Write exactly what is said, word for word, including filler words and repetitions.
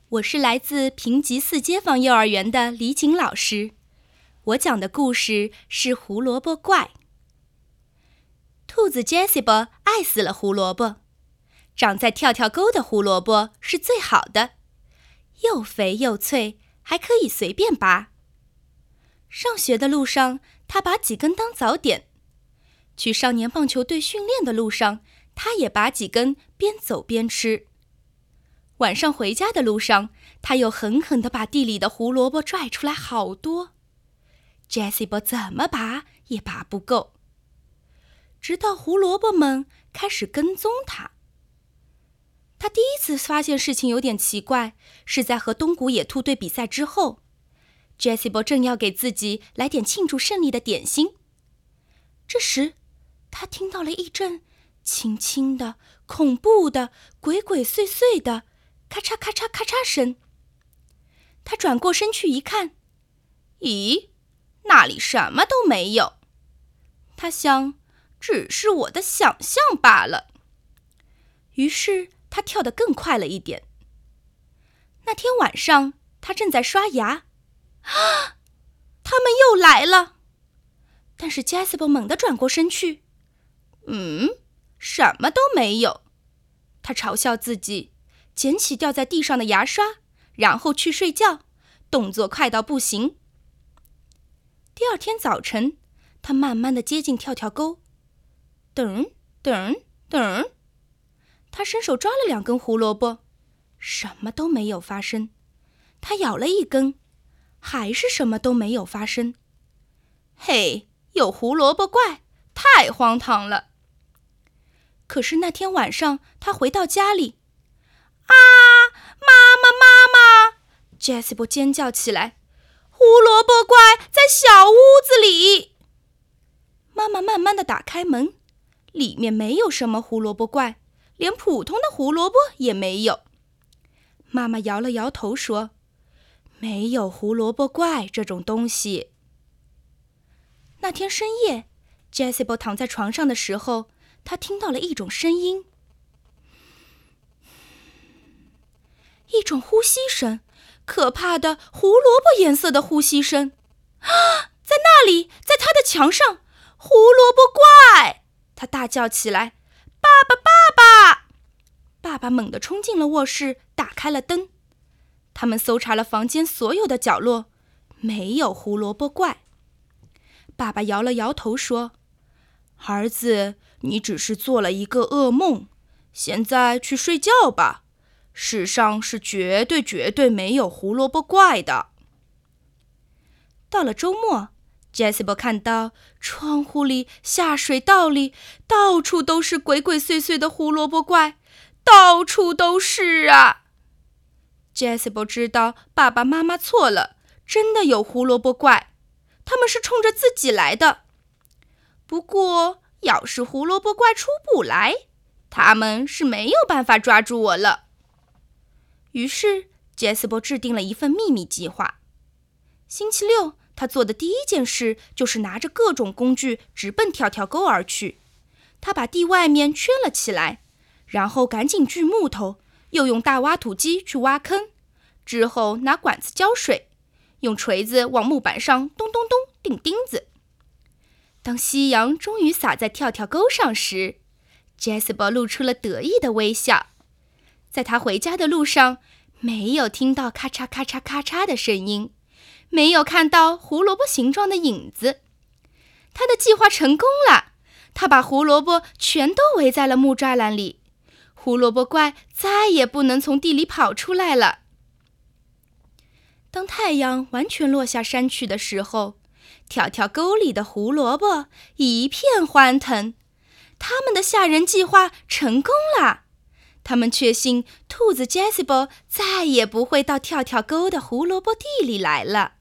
我是来自平吉四街坊幼儿园的李景老师，我讲的故事是胡萝卜怪。兔子 Jessica 爱死了胡萝卜，长在跳跳沟的胡萝卜是最好的，又肥又脆，还可以随便拔。上学的路上，他拔几根当早点；去少年棒球队训练的路上，他也拔几根边走边吃。晚上回家的路上，他又狠狠地把地里的胡萝卜拽出来好多。Jessica 怎么拔也拔不够，直到胡萝卜们开始跟踪他。他第一次发现事情有点奇怪，是在和东谷野兔队比赛之后。Jessica 正要给自己来点庆祝胜利的点心，这时他听到了一阵轻轻的、恐怖的、鬼鬼祟祟的咔嚓咔嚓咔嚓声。他转过身去一看，咦，那里什么都没有。他想，只是我的想象罢了。于是他跳得更快了一点。那天晚上，他正在刷牙，啊！他们又来了。但是 Jessica 猛地转过身去，嗯，什么都没有。他嘲笑自己，捡起掉在地上的牙刷，然后去睡觉，动作快到不行。第二天早晨，他慢慢地接近跳跳沟，噔噔噔，他伸手抓了两根胡萝卜，什么都没有发生。他咬了一根，还是什么都没有发生。嘿，有胡萝卜怪，太荒唐了。可是那天晚上，他回到家里，啊，妈妈妈妈 Jessica 尖叫起来，胡萝卜怪在小屋子里。妈妈慢慢地打开门，里面没有什么胡萝卜怪，连普通的胡萝卜也没有。妈妈摇了摇头说，没有胡萝卜怪这种东西。那天深夜 Jessica 躺在床上的时候，她听到了一种声音，一种呼吸声，可怕的胡萝卜颜色的呼吸声。啊，在那里，在她的墙上，胡萝卜怪！她大叫起来，爸爸爸爸！爸爸猛地冲进了卧室，打开了灯。他们搜查了房间所有的角落，没有胡萝卜怪。爸爸摇了摇头说，儿子，你只是做了一个噩梦，现在去睡觉吧。世上是绝对绝对没有胡萝卜怪的。到了周末， Jessica 看到窗户里、下水道里，到处都是鬼鬼祟祟的胡萝卜怪，到处都是啊。Jessica 知道爸爸妈妈错了，真的有胡萝卜怪，他们是冲着自己来的。不过，要是胡萝卜怪出不来，他们是没有办法抓住我了。于是 Jessica 制定了一份秘密计划。星期六，他做的第一件事就是拿着各种工具直奔跳跳沟而去。他把地外面圈了起来，然后赶紧锯木头，又用大挖土机去挖坑，之后拿管子浇水，用锤子往木板上咚咚咚钉钉子。当夕阳终于洒在跳跳沟上时， Jessica 露出了得意的微笑。在他回家的路上，没有听到咔嚓咔嚓咔嚓的声音，没有看到胡萝卜形状的影子。他的计划成功了，他把胡萝卜全都围在了木栅栏里，胡萝卜怪再也不能从地里跑出来了。当太阳完全落下山去的时候，跳跳沟里的胡萝卜一片欢腾，他们的吓人计划成功了。他们确信兔子 Jessica 再也不会到跳跳沟的胡萝卜地里来了。